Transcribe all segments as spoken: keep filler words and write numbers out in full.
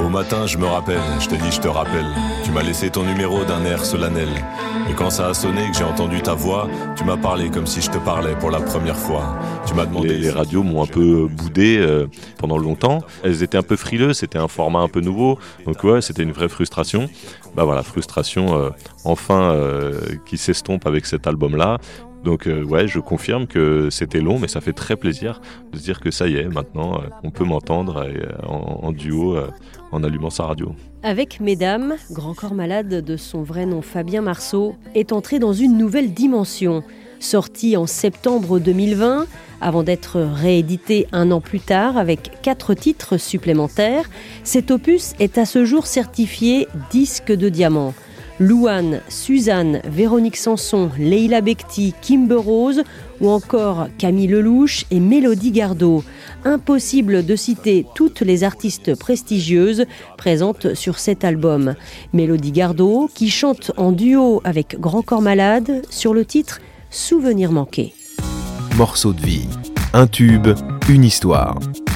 matin, je me rappelle, je te dis, je te rappelle. Tu m'as laissé ton numéro d'un air solennel. Et quand ça a sonné, que j'ai entendu ta voix, tu m'as parlé comme si je te parlais pour la première fois. Tu m'as demandé... Les, les radios m'ont un peu boudé euh, pendant longtemps. Elles étaient un peu frileuses, c'était un format un peu nouveau. Donc ouais, c'était une vraie frustration. Bah voilà, frustration euh, enfin euh, qui s'estompe avec cet album-là. Donc euh, ouais, je confirme que c'était long, mais ça fait très plaisir de se dire que ça y est, maintenant, euh, on peut m'entendre et, euh, en, en duo euh, en allumant sa radio. Avec Mesdames, Grand Corps Malade, de son vrai nom Fabien Marceau, est entré dans une nouvelle dimension. Sorti en septembre deux mille vingt, avant d'être réédité un an plus tard avec quatre titres supplémentaires, cet opus est à ce jour certifié disque de diamant. Louane, Suzanne, Véronique Sanson, Leila Bekti, Kimber Rose ou encore Camille Lelouch et Mélodie Gardot. Impossible de citer toutes les artistes prestigieuses présentes sur cet album. Mélodie Gardot qui chante en duo avec Grand Corps Malade sur le titre « Souvenir manqué ». Morceau de vie, un tube, une histoire.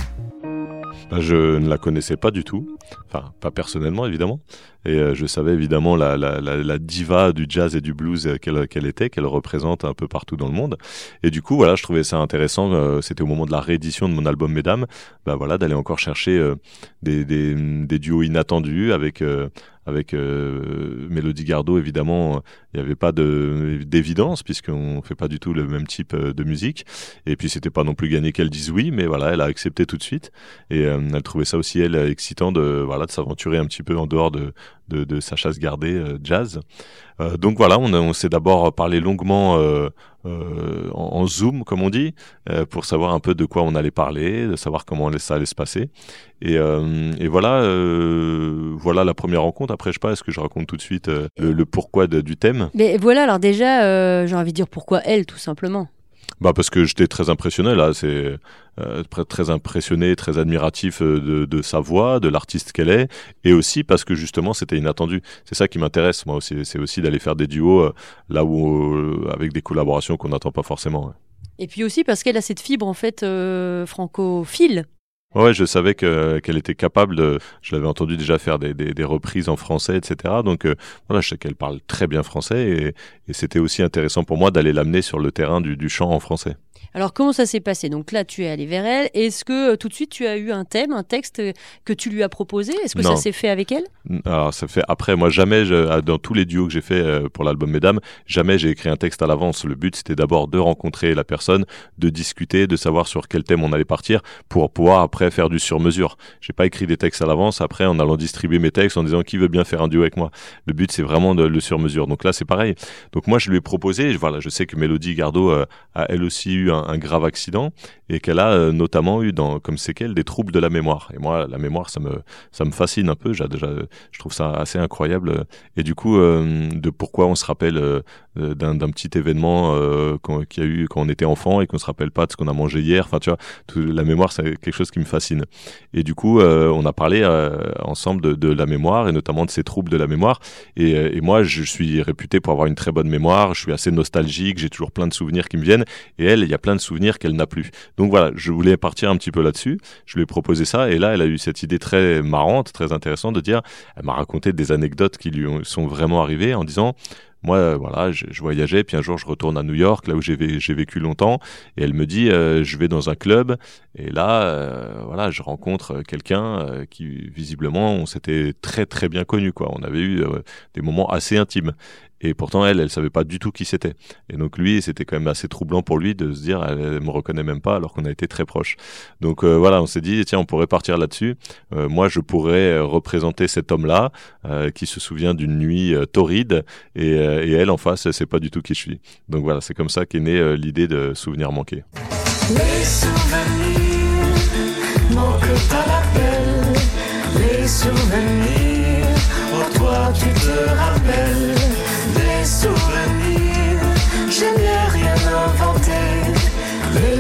Je ne la connaissais pas du tout, enfin pas personnellement évidemment, et euh, je savais évidemment la, la, la, la diva du jazz et du blues qu'elle, qu'elle était, qu'elle représente un peu partout dans le monde. Et du coup voilà, je trouvais ça intéressant, euh, c'était au moment de la réédition de mon album Mesdames, bah voilà, d'aller encore chercher euh, des, des, des duos inattendus avec... Euh, avec euh, Mélodie Gardot, évidemment, il n'y avait pas de, d'évidence, puisqu'on ne fait pas du tout le même type de musique. Et puis, c'était pas non plus gagné qu'elle dise oui, mais voilà, elle a accepté tout de suite. Et euh, elle trouvait ça aussi, elle, excitant de, voilà, de s'aventurer un petit peu en dehors de, de, de sa chasse gardée euh, jazz. Euh, donc voilà, on, a, on s'est d'abord parlé longuement euh, euh, en, en Zoom, comme on dit, euh, pour savoir un peu de quoi on allait parler, de savoir comment ça allait se passer. Et, euh, et voilà, euh, voilà la première rencontre. Après, je sais pas, est-ce que je raconte tout de suite euh, le, le pourquoi de, du thème ? Mais voilà, alors déjà, euh, j'ai envie de dire pourquoi elle, tout simplement. Bah parce que j'étais très impressionné là, c'est euh, très impressionné, très admiratif de, de sa voix, de l'artiste qu'elle est, et aussi parce que justement c'était inattendu. C'est ça qui m'intéresse moi aussi, c'est aussi d'aller faire des duos euh, là où euh, avec des collaborations qu'on n'attend pas forcément. Ouais. Et puis aussi parce qu'elle a cette fibre en fait euh, francophile. Ouais, je savais que, qu'elle était capable de... Je l'avais entendu déjà faire des, des, des reprises en français, et cetera. Donc euh, voilà, je sais qu'elle parle très bien français et, et c'était aussi intéressant pour moi d'aller l'amener sur le terrain du, du chant en français. Alors comment ça s'est passé ? Donc là, tu es allé vers elle. Est-ce que euh, tout de suite tu as eu un thème, un texte que tu lui as proposé ? Est-ce que non. ça s'est fait avec elle ? Alors ça fait après, moi jamais, je, dans tous les duos que j'ai fait euh, pour l'album Mesdames, jamais j'ai écrit un texte à l'avance. Le but c'était d'abord de rencontrer la personne, de discuter, de savoir sur quel thème on allait partir pour pouvoir après faire du sur-mesure. J'ai pas écrit des textes à l'avance après en allant distribuer mes textes en disant qui veut bien faire un duo avec moi. Le but c'est vraiment de le sur-mesure. Donc là c'est pareil. Donc moi je lui ai proposé, voilà, je sais que Mélodie Gardot euh, a elle aussi eu un, un grave accident et qu'elle a euh, notamment eu dans, comme séquelle des troubles de la mémoire. Et moi la mémoire ça me, ça me fascine un peu, j'ai déjà, je trouve ça assez incroyable. Et du coup euh, de pourquoi on se rappelle euh, d'un, d'un petit événement euh, qu'il y a eu quand on était enfant et qu'on se rappelle pas de ce qu'on a mangé hier. Enfin tu vois, tout, la mémoire c'est quelque chose qui me fascine. Et du coup, euh, on a parlé euh, ensemble de, de la mémoire et notamment de ces troubles de la mémoire. Et, et moi, je suis réputé pour avoir une très bonne mémoire. Je suis assez nostalgique. J'ai toujours plein de souvenirs qui me viennent. Et elle, il y a plein de souvenirs qu'elle n'a plus. Donc voilà, je voulais partir un petit peu là-dessus. Je lui ai proposé ça. Et là, elle a eu cette idée très marrante, très intéressante de dire, elle m'a raconté des anecdotes qui lui sont vraiment arrivées en disant... Moi, euh, voilà, je, je voyageais, puis un jour, je retourne à New York, là où j'ai, vé- j'ai vécu longtemps, et elle me dit, euh, je vais dans un club, et là, euh, voilà, je rencontre quelqu'un euh, qui, visiblement, on s'était très, très bien connus, quoi. On avait eu euh, des moments assez intimes. Et pourtant, elle, elle savait pas du tout qui c'était. Et donc, lui, c'était quand même assez troublant pour lui de se dire, elle, elle me reconnaît même pas alors qu'on a été très proches. Donc, euh, voilà, on s'est dit, tiens, on pourrait partir là-dessus. Euh, moi, je pourrais représenter cet homme-là, euh, qui se souvient d'une nuit euh, torride, et, euh, et elle, en face, elle sait pas du tout qui je suis. Donc, voilà, c'est comme ça qu'est née euh, l'idée de Souvenirs manqués. Les souvenirs manquent à l'appel. Les souvenirs, oh toi, tu te rappelles. Les souvenirs, je n'ai rien inventé. Les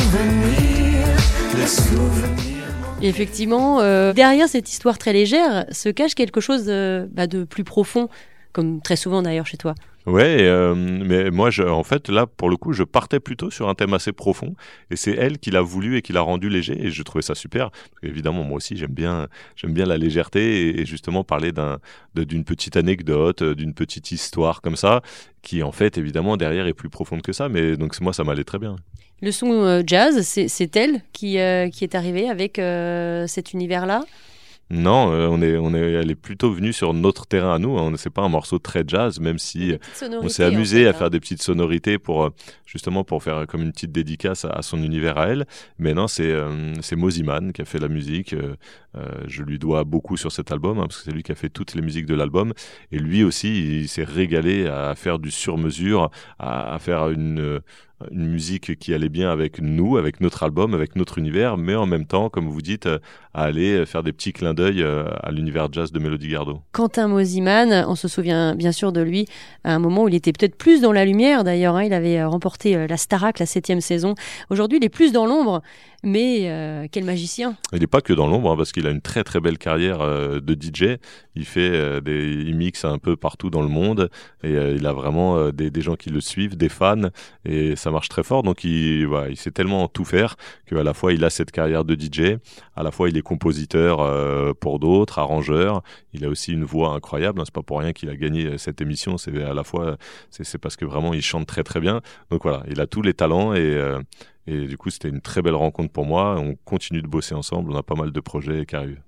souvenirs, les souvenirs. Et effectivement, euh, derrière cette histoire très légère se cache quelque chose euh, bah, de plus profond, comme très souvent d'ailleurs chez toi. Ouais, euh, mais moi, je, en fait, là, pour le coup, je partais plutôt sur un thème assez profond, et c'est elle qui l'a voulu et qui l'a rendu léger, et je trouvais ça super. Parce qu'évidemment, moi aussi, j'aime bien, j'aime bien la légèreté, et, et justement parler d'un, de, d'une petite anecdote, d'une petite histoire comme ça, qui en fait, évidemment, derrière est plus profonde que ça. Mais donc moi, ça m'allait très bien. Le son euh, jazz, c'est, c'est elle qui, euh, qui est arrivée avec euh, cet univers-là ? Non, euh, on est, on est, elle est plutôt venue sur notre terrain à nous. Hein. C'est pas un morceau très jazz, même si on s'est amusé en fait, à hein. faire des petites sonorités pour justement pour faire comme une petite dédicace à, à son univers à elle. Mais non, c'est, euh, c'est Mosiman qui a fait la musique. Euh, euh, je lui dois beaucoup sur cet album hein, parce que c'est lui qui a fait toutes les musiques de l'album. Et lui aussi, il s'est régalé à faire du sur-mesure, à, à faire une une musique qui allait bien avec nous, avec notre album, avec notre univers, mais en même temps, comme vous dites, à aller faire des petits clins d'œil à l'univers jazz de Mélodie Gardot. Quentin Mosiman, on se souvient bien sûr de lui à un moment où il était peut-être plus dans la lumière d'ailleurs, hein, il avait remporté la Starac, la septième saison. Aujourd'hui, il est plus dans l'ombre, mais euh, quel magicien. Il n'est pas que dans l'ombre, hein, parce qu'il a une très très belle carrière euh, de D J. Il fait euh, des, il mixe un peu partout dans le monde, et euh, il a vraiment euh, des, des gens qui le suivent, des fans, et ça marche très fort. Donc il, voilà, il sait tellement tout faire qu'à la fois il a cette carrière de D J, à la fois il est compositeur euh, pour d'autres, arrangeur. Il a aussi une voix incroyable. Hein, c'est pas pour rien qu'il a gagné cette émission. C'est à la fois, c'est, c'est parce que vraiment il chante très très bien. Donc voilà, il a tous les talents et euh, et du coup c'était une très belle rencontre pour moi. On continue de bosser ensemble. On a pas mal de projets qui arrivent.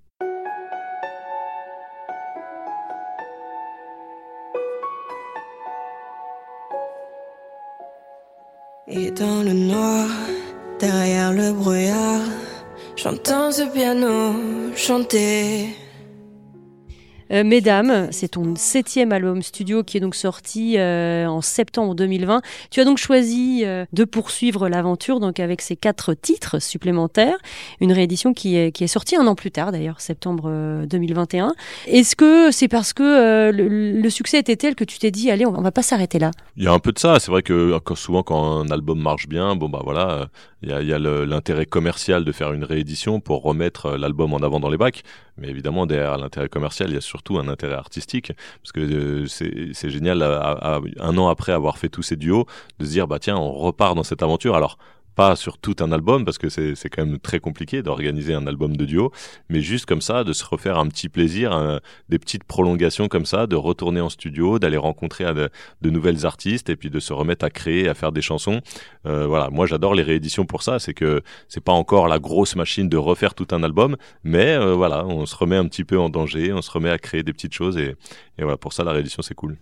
Et dans le noir, derrière le brouillard, j'entends ce piano chanter. Euh, Mesdames, c'est ton septième album studio qui est donc sorti euh, en septembre deux mille vingt. Tu as donc choisi euh, de poursuivre l'aventure donc avec ces quatre titres supplémentaires, une réédition qui est, qui est sortie un an plus tard d'ailleurs, septembre euh, deux mille vingt et un. Est-ce que c'est parce que euh, le, le succès était tel que tu t'es dit allez, on va pas s'arrêter là? Il y a un peu de ça, c'est vrai que souvent quand un album marche bien, bon bah voilà, il y a, il y a le, l'intérêt commercial de faire une réédition pour remettre l'album en avant dans les bacs, mais évidemment derrière l'intérêt commercial, il y a surtout surtout un intérêt artistique, parce que euh, c'est, c'est génial, à, à, un an après avoir fait tous ces duos, de se dire, bah tiens, on repart dans cette aventure. Alors, pas sur tout un album, parce que c'est, c'est quand même très compliqué d'organiser un album de duo, mais juste comme ça, de se refaire un petit plaisir, un, des petites prolongations comme ça, de retourner en studio, d'aller rencontrer de, de nouvelles artistes, et puis de se remettre à créer, à faire des chansons. Euh, voilà, moi j'adore les rééditions pour ça, c'est que c'est pas encore la grosse machine de refaire tout un album, mais euh, voilà, on se remet un petit peu en danger, on se remet à créer des petites choses, et, et voilà, pour ça la réédition c'est cool.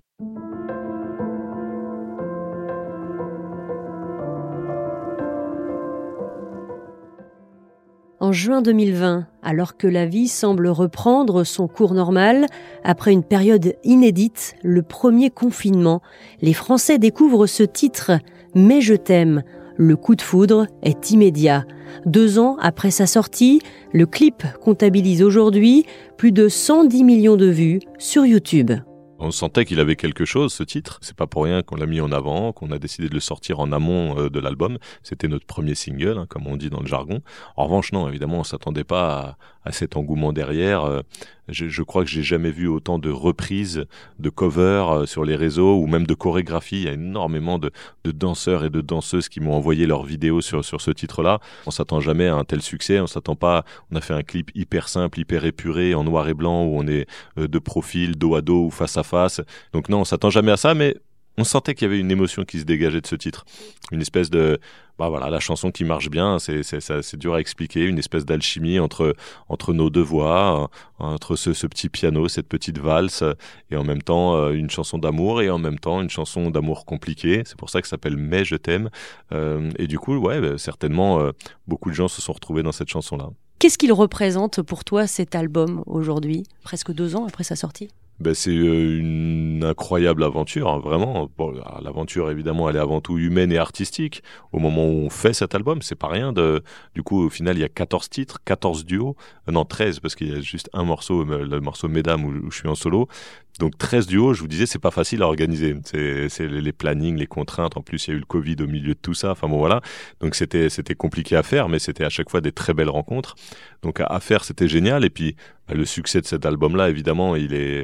En juin deux mille vingt, alors que la vie semble reprendre son cours normal, après une période inédite, le premier confinement, les Français découvrent ce titre « Mais je t'aime ». Le coup de foudre est immédiat. Deux ans après sa sortie, le clip comptabilise aujourd'hui plus de cent dix millions de vues sur YouTube. On sentait qu'il avait quelque chose, ce titre. C'est pas pour rien qu'on l'a mis en avant, qu'on a décidé de le sortir en amont euh, de l'album. C'était notre premier single, hein, comme on dit dans le jargon. En revanche, non, évidemment, on s'attendait pas à, à cet engouement derrière. Euh, je, je crois que j'ai jamais vu autant de reprises, de covers euh, sur les réseaux, ou même de chorégraphies. Il y a énormément de, de danseurs et de danseuses qui m'ont envoyé leurs vidéos sur, sur ce titre-là. On s'attend jamais à un tel succès. On s'attend pas. On a fait un clip hyper simple, hyper épuré, en noir et blanc, où on est euh, de profil, dos à dos ou face à face. Donc non, on s'attend jamais à ça, mais on sentait qu'il y avait une émotion qui se dégageait de ce titre. Une espèce de... Bah voilà, la chanson qui marche bien, c'est, c'est, c'est, c'est dur à expliquer, une espèce d'alchimie entre, entre nos deux voix, entre ce, ce petit piano, cette petite valse, et en même temps une chanson d'amour, et en même temps une chanson d'amour compliquée. C'est pour ça que ça s'appelle « Mais je t'aime euh, ». Et du coup, ouais, bah, certainement, euh, beaucoup de gens se sont retrouvés dans cette chanson-là. Qu'est-ce qu'il représente pour toi, cet album, aujourd'hui, presque deux ans après sa sortie ? Ben, c'est une incroyable aventure, hein, vraiment. Bon, l'aventure, évidemment, elle est avant tout humaine et artistique. Au moment où on fait cet album, c'est pas rien. De... Du coup, au final, il y a quatorze titres, quatorze duos. Euh, non, treize, parce qu'il y a juste un morceau, le morceau Mesdames, où, où je suis en solo. Donc treize duos, je vous disais, c'est pas facile à organiser. C'est, c'est les plannings, les contraintes. En plus, il y a eu le Covid au milieu de tout ça. Enfin bon, voilà. Donc c'était, c'était compliqué à faire, mais c'était à chaque fois des très belles rencontres. Donc à, à faire, c'était génial. Et puis, bah, le succès de cet album-là, évidemment, il est,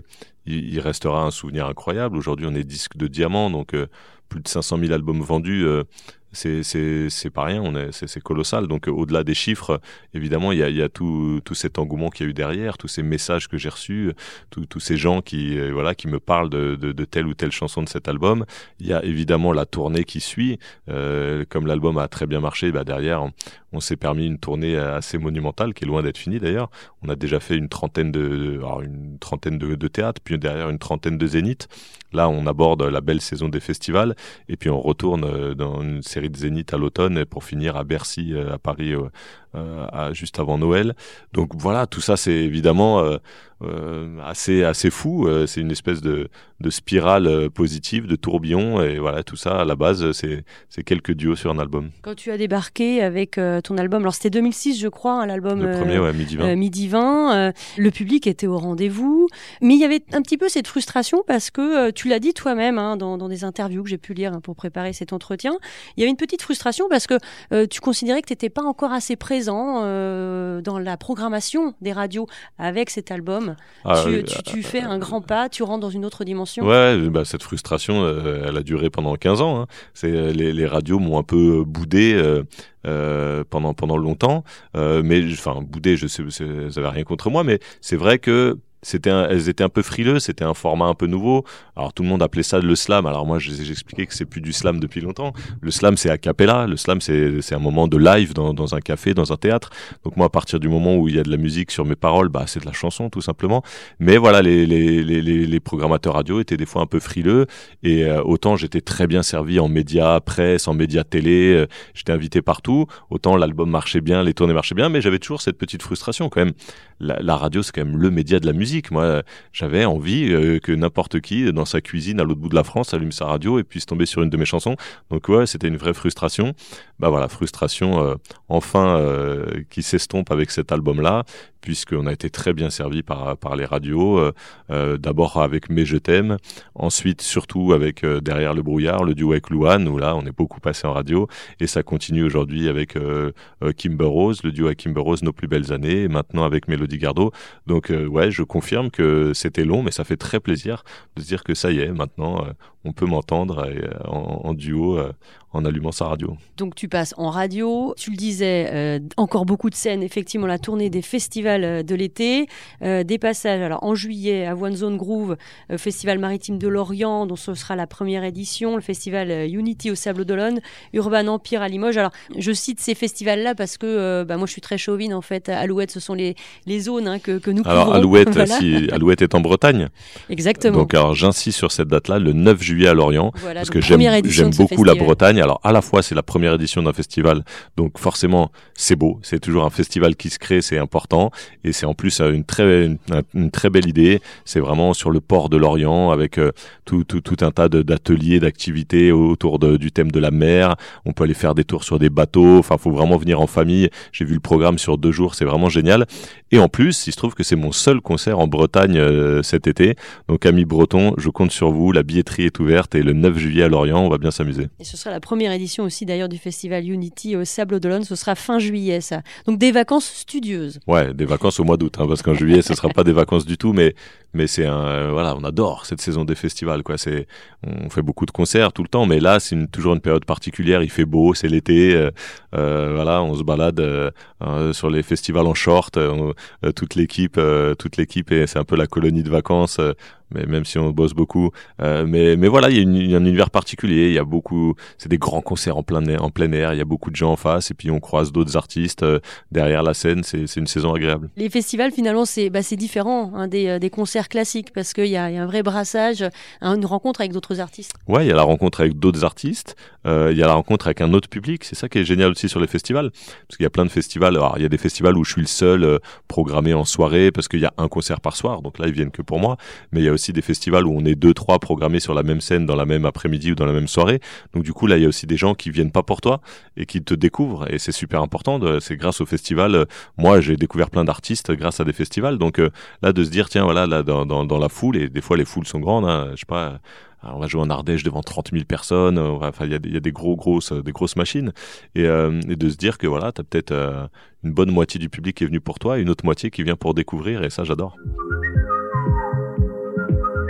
il, il restera un souvenir incroyable. Aujourd'hui, on est disque de diamant, donc euh, plus de cinq cent mille albums vendus. Euh, C'est, c'est, c'est pas rien, on est, c'est, c'est colossal. Donc, euh, au-delà des chiffres, évidemment, il y a, il y a tout, tout cet engouement qu'il y a eu derrière, tous ces messages que j'ai reçus, tout, tous ces gens qui, euh, voilà, qui me parlent de, de, de telle ou telle chanson de cet album. Il y a évidemment la tournée qui suit. Euh, comme l'album a très bien marché, bah, derrière, on, on s'est permis une tournée assez monumentale, qui est loin d'être finie d'ailleurs. On a déjà fait une trentaine de, alors une trentaine de, de théâtres, puis derrière une trentaine de zéniths. Là, on aborde la belle saison des festivals, et puis on retourne dans une série de zéniths à l'automne pour finir à Bercy, à Paris, euh, à, juste avant Noël. Donc voilà, tout ça, c'est évidemment euh, euh, assez assez fou. Euh, c'est une espèce de, de spirale euh, positive, de tourbillon, et voilà, tout ça à la base, c'est c'est quelques duos sur un album. Quand tu as débarqué avec euh, ton album, alors c'était deux mille six, je crois, hein, l'album. Le premier, euh, ouais, Midi vingt. Euh, Midi vingt. Euh, le public était au rendez-vous, mais il y avait un petit peu cette frustration parce que euh, tu l'as dit toi-même hein, dans, dans des interviews que j'ai pu lire hein, pour préparer cet entretien. Il y avait une petite frustration parce que euh, tu considérais que tu n'étais pas encore assez présent euh, dans la programmation des radios avec cet album. Ah, tu, oui, tu, tu euh, fais un grand pas, tu rentres dans une autre dimension. Ouais, bah, cette frustration, euh, elle a duré pendant quinze ans. Hein. C'est, les, les radios m'ont un peu boudé euh, euh, pendant, pendant longtemps. Euh, mais, enfin, boudé, je sais, ça n'avait rien contre moi, mais c'est vrai que C'était un, elles étaient un peu frileuses, c'était un format un peu nouveau. Alors tout le monde appelait ça le slam. Alors moi j'expliquais que c'est plus du slam depuis longtemps. Le slam c'est a cappella, le slam c'est, c'est un moment de live dans, dans un café, dans un théâtre. Donc moi à partir du moment où il y a de la musique sur mes paroles, bah c'est de la chanson tout simplement. Mais voilà, les, les, les, les, les programmateurs radio étaient des fois un peu frileux. Et euh, autant j'étais très bien servi en médias presse, en médias télé, euh, j'étais invité partout. Autant l'album marchait bien, les tournées marchaient bien, mais j'avais toujours cette petite frustration quand même. La, la radio c'est quand même le média de la musique. Moi, j'avais envie euh, que n'importe qui, dans sa cuisine à l'autre bout de la France, allume sa radio et puisse tomber sur une de mes chansons. Donc ouais, c'était une vraie frustration. Bah voilà, frustration euh, enfin euh, qui s'estompe avec cet album-là, puisqu'on a été très bien servi par, par les radios, euh, euh, d'abord avec Mais je t'aime, ensuite surtout avec euh, Derrière le brouillard, le duo avec Louane, où là on est beaucoup passé en radio, et ça continue aujourd'hui avec euh, euh, Kimber Rose, le duo avec Kimber Rose, Nos plus belles années, et maintenant avec Mélodie Gardot. Donc euh, ouais, je confirme que c'était long, mais ça fait très plaisir de se dire que ça y est, maintenant euh, on peut m'entendre et, euh, en, en duo, euh, en allumant sa radio. Donc tu passes en radio, tu le disais, euh, encore beaucoup de scènes, effectivement la tournée des festivals de l'été, euh, des passages alors en juillet à One Zone Groove, euh, Festival maritime de Lorient, dont ce sera la première édition, le festival euh, Unity au Sable d'Olonne, Urban Empire à Limoges. Alors je cite ces festivals-là parce que euh, bah, moi je suis très chauvine en fait, Alouette ce sont les, les zones hein, que, que nous couvrons. Alors Alouette, voilà. si, Alouette est en Bretagne. Exactement. Donc alors j'insiste sur cette date-là, le neuf juillet à Lorient, voilà, parce que j'aime, j'aime beaucoup festival. La Bretagne. Alors à la fois c'est la première édition d'un festival, donc forcément c'est beau, c'est toujours un festival qui se crée, c'est important, et c'est en plus une très une, une très belle idée. C'est vraiment sur le port de Lorient avec euh, tout tout tout un tas de, d'ateliers, d'activités autour de, du thème de la mer. On peut aller faire des tours sur des bateaux. Enfin, faut vraiment venir en famille. J'ai vu le programme sur deux jours, c'est vraiment génial. Et en plus, il se trouve que c'est mon seul concert en Bretagne euh, cet été. Donc amis bretons, je compte sur vous. La billetterie est ouverte et le neuf juillet à Lorient, on va bien s'amuser. Et ce sera la première édition aussi d'ailleurs du festival Unity au Sable d'Olonne. Ce sera fin juillet, ça. Donc des vacances studieuses. Ouais, des vacances au mois d'août, hein, parce qu'en juillet, ce sera pas des vacances du tout, mais mais c'est un euh, voilà, on adore cette saison des festivals, quoi. C'est, on fait beaucoup de concerts tout le temps, mais là, c'est une, toujours une période particulière. Il fait beau, c'est l'été, euh, euh, voilà, on se balade euh, euh, sur les festivals en short, euh, euh, toute l'équipe, euh, toute l'équipe, et c'est un peu la colonie de vacances. Euh, mais même si on bosse beaucoup, euh, mais mais voilà, il y a, une, il y a un univers particulier. Il y a beaucoup, c'est des grands concerts en plein en plein air. Il y a beaucoup de gens en face, et puis on croise d'autres artistes euh, derrière la scène. C'est c'est une saison agréable. Les festivals, finalement, c'est bah c'est différent hein, des des concerts classiques parce qu'il y a, il y a un vrai brassage, hein, une rencontre avec d'autres artistes. Ouais, il y a la rencontre avec d'autres artistes. Euh, il y a la rencontre avec un autre public. C'est ça qui est génial aussi sur les festivals, parce qu'il y a plein de festivals. Alors il y a des festivals où je suis le seul euh, programmé en soirée parce qu'il y a un concert par soir. Donc là, ils viennent que pour moi. Mais il y a aussi des festivals où on est deux, trois programmés sur la même scène dans la même après-midi ou dans la même soirée. Donc du coup, là, il y a aussi des gens qui viennent pas pour toi et qui te découvrent. Et c'est super important. De, c'est grâce au festival. Euh, moi, j'ai découvert plein d'artistes grâce à des festivals. Donc euh, là, de se dire, tiens, voilà, là, dans, dans, dans la foule, et des fois, les foules sont grandes, hein, je sais pas, on va jouer en Ardèche devant trente mille personnes. Enfin, il y a, il y a des gros, grosses, des grosses machines. Et, euh, et de se dire que voilà, t'as peut-être euh, une bonne moitié du public qui est venu pour toi et une autre moitié qui vient pour découvrir. Et ça, j'adore.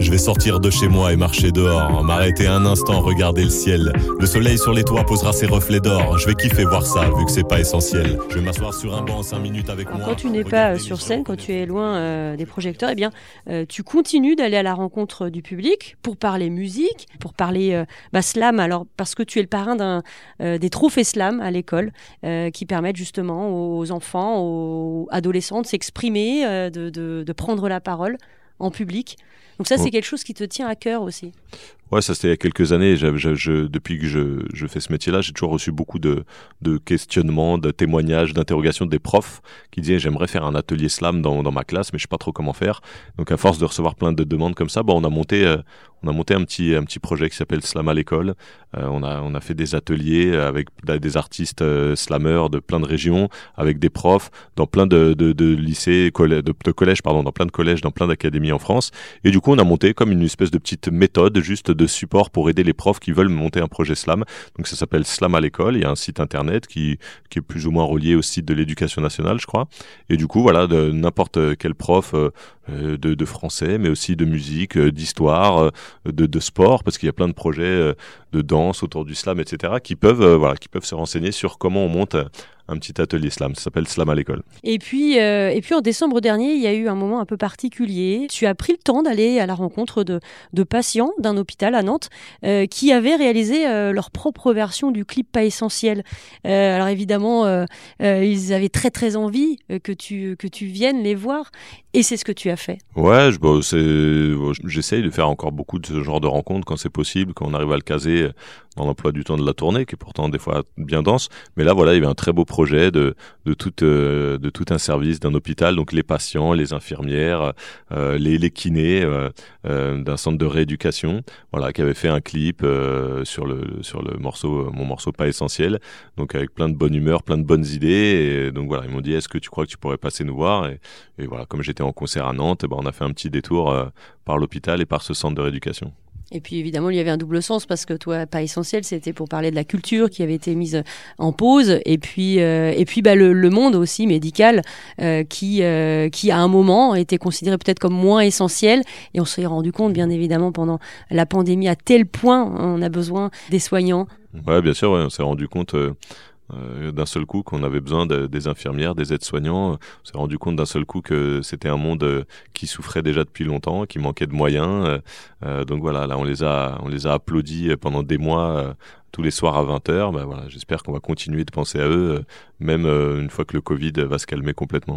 Je vais sortir de chez moi et marcher dehors, m'arrêter un instant, regarder le ciel. Le soleil sur les toits posera ses reflets d'or. Je vais kiffer voir ça, vu que c'est pas essentiel. Je vais m'asseoir sur un banc cinq minutes avec Alors, moi. quand tu n'es pas sur scène, quand tu es loin euh, des projecteurs, eh bien, euh, tu continues d'aller à la rencontre du public pour parler musique, pour parler euh, bah, slam. Alors, parce que tu es le parrain d'un, euh, des trophées slam à l'école, euh, qui permettent justement aux enfants, aux adolescents de s'exprimer, euh, de, de, de prendre la parole en public. Donc ça, c'est quelque chose qui te tient à cœur aussi. Ouais, ça c'était il y a quelques années. Je, je, je, depuis que je, je fais ce métier-là, j'ai toujours reçu beaucoup de, de questionnements, de témoignages, d'interrogations des profs qui disaient j'aimerais faire un atelier slam dans, dans ma classe, mais je sais pas trop comment faire. Donc à force de recevoir plein de demandes comme ça, bon, on a monté, euh, on a monté un petit, un petit projet qui s'appelle Slam à l'école. Euh, on a, on a fait des ateliers avec des artistes euh, slameurs de plein de régions, avec des profs dans plein de, de, de lycées, collè- de, de collèges, pardon, dans plein de collèges, dans plein d'académies en France. Et du coup, on a monté comme une espèce de petite méthode juste de support pour aider les profs qui veulent monter un projet slam. Donc ça s'appelle Slam à l'école. Il y a un site internet qui, qui est plus ou moins relié au site de l'Éducation nationale, je crois. Et du coup, voilà, de n'importe quel prof euh, de, de français, mais aussi de musique, euh, d'histoire, euh, de, de sport, parce qu'il y a plein de projets euh, de danse autour du slam, et cetera, qui peuvent, euh, voilà, qui peuvent se renseigner sur comment on monte euh, un petit atelier slam. Ça s'appelle Slam à l'école. Et puis, euh, et puis en décembre dernier, il y a eu un moment un peu particulier. Tu as pris le temps d'aller à la rencontre de, de patients d'un hôpital à Nantes euh, qui avaient réalisé euh, leur propre version du clip Pas essentiel. Euh, alors évidemment, euh, euh, ils avaient très très envie euh, que tu que tu viennes les voir. Et c'est ce que tu as fait. Ouais, je, bon, c'est, j'essaye de faire encore beaucoup de ce genre de rencontres quand c'est possible, quand on arrive à le caser dans l'emploi du temps de la tournée, qui est pourtant des fois bien dense. Mais là, voilà, il y avait un très beau projet de, de, tout, euh, de tout un service d'un hôpital, donc les patients, les infirmières, euh, les, les kinés euh, euh, d'un centre de rééducation, voilà, qui avait fait un clip euh, sur, le, sur le morceau, mon morceau Pas essentiel, donc avec plein de bonne humeur, plein de bonnes idées. Et donc voilà, ils m'ont dit, est-ce que tu crois que tu pourrais passer nous voir ? et, et voilà, comme j'étais en concert à Nantes, ben on a fait un petit détour euh, par l'hôpital et par ce centre de rééducation. Et puis évidemment, il y avait un double sens parce que toi, Pas essentiel, c'était pour parler de la culture qui avait été mise en pause, et puis euh, et puis bah le, le monde aussi médical euh, qui euh, qui à un moment était considéré peut-être comme moins essentiel, et on s'est rendu compte bien évidemment pendant la pandémie à tel point on a besoin des soignants. Ouais, bien sûr, ouais, on s'est rendu compte. Euh... Euh, d'un seul coup qu'on avait besoin de, des infirmières, des aides-soignants. On s'est rendu compte d'un seul coup que c'était un monde euh, qui souffrait déjà depuis longtemps, qui manquait de moyens. Euh, euh, donc voilà, là on les a, on les a applaudis pendant des mois, euh, tous les soirs à vingt heures. Ben voilà, j'espère qu'on va continuer de penser à eux, euh, même euh, une fois que le Covid va se calmer complètement.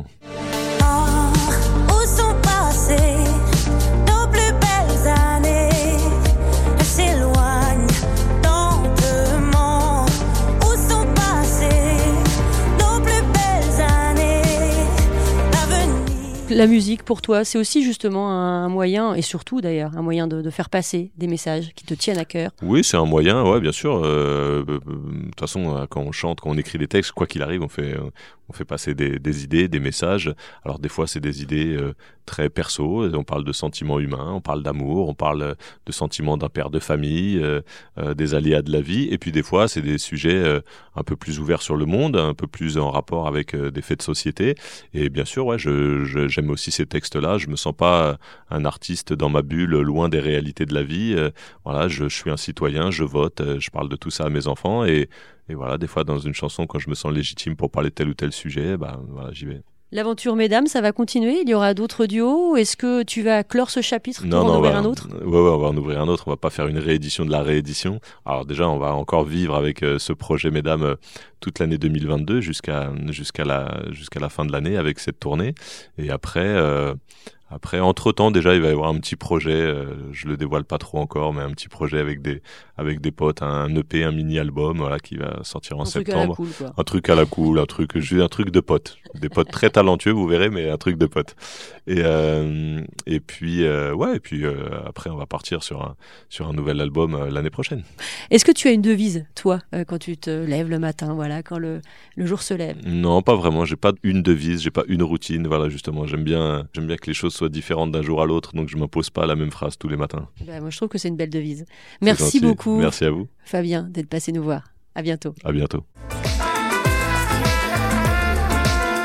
La musique, pour toi, c'est aussi justement un moyen, et surtout d'ailleurs, un moyen de, de faire passer des messages qui te tiennent à cœur. Oui, c'est un moyen, ouais, bien sûr. Euh, de toute façon, quand on chante, quand on écrit des textes, quoi qu'il arrive, on fait, on fait passer des, des idées, des messages. Alors des fois, c'est des idées euh, très perso. On parle de sentiments humains, on parle d'amour, on parle de sentiments d'un père de famille, euh, euh, des aléas de la vie. Et puis des fois, c'est des sujets euh, un peu plus ouverts sur le monde, un peu plus en rapport avec euh, des faits de société. Et bien sûr, ouais, je, je, j'aime aussi ces textes-là. Je me sens pas un artiste dans ma bulle, loin des réalités de la vie. Euh, voilà, je, je suis un citoyen, je vote, euh, je parle de tout ça à mes enfants. Et, et voilà, des fois, dans une chanson, quand je me sens légitime pour parler de tel ou tel sujet, bah, voilà, j'y vais. L'aventure Mesdames, ça va continuer? Il y aura d'autres duos? Est-ce que tu vas clore ce chapitre pour non, en non, ouvrir va, un autre? Ouais, ouais, on va en ouvrir un autre. On va pas faire une réédition de la réédition. Alors déjà, on va encore vivre avec euh, ce projet Mesdames euh, toute l'année deux mille vingt-deux jusqu'à jusqu'à la jusqu'à la fin de l'année avec cette tournée. Et après, euh, après, entre-temps, déjà, il va y avoir un petit projet. Euh, je le dévoile pas trop encore, mais un petit projet avec des avec des potes, un E P, un mini-album, voilà, qui va sortir en un septembre. Truc à la cool, quoi. Un truc à la cool, un truc, juste un truc de potes, des potes très talentueux, vous verrez, mais un truc de potes. Et euh, et puis euh, ouais, et puis euh, après, on va partir sur un sur un nouvel album euh, l'année prochaine. Est-ce que tu as une devise, toi, euh, quand tu te lèves le matin, voilà, quand le le jour se lève? Non, pas vraiment. J'ai pas une devise, j'ai pas une routine. Voilà, justement, j'aime bien j'aime bien que les choses soient différentes d'un jour à l'autre, donc je m'impose pas la même phrase tous les matins. Ben, moi, je trouve que c'est une belle devise. Merci gentil. beaucoup. Merci à vous. Fabien, d'être passé nous voir. À bientôt. À bientôt.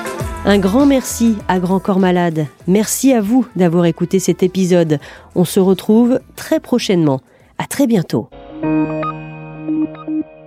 Un grand merci à Grand Corps Malade. Merci à vous d'avoir écouté cet épisode. On se retrouve très prochainement. À très bientôt.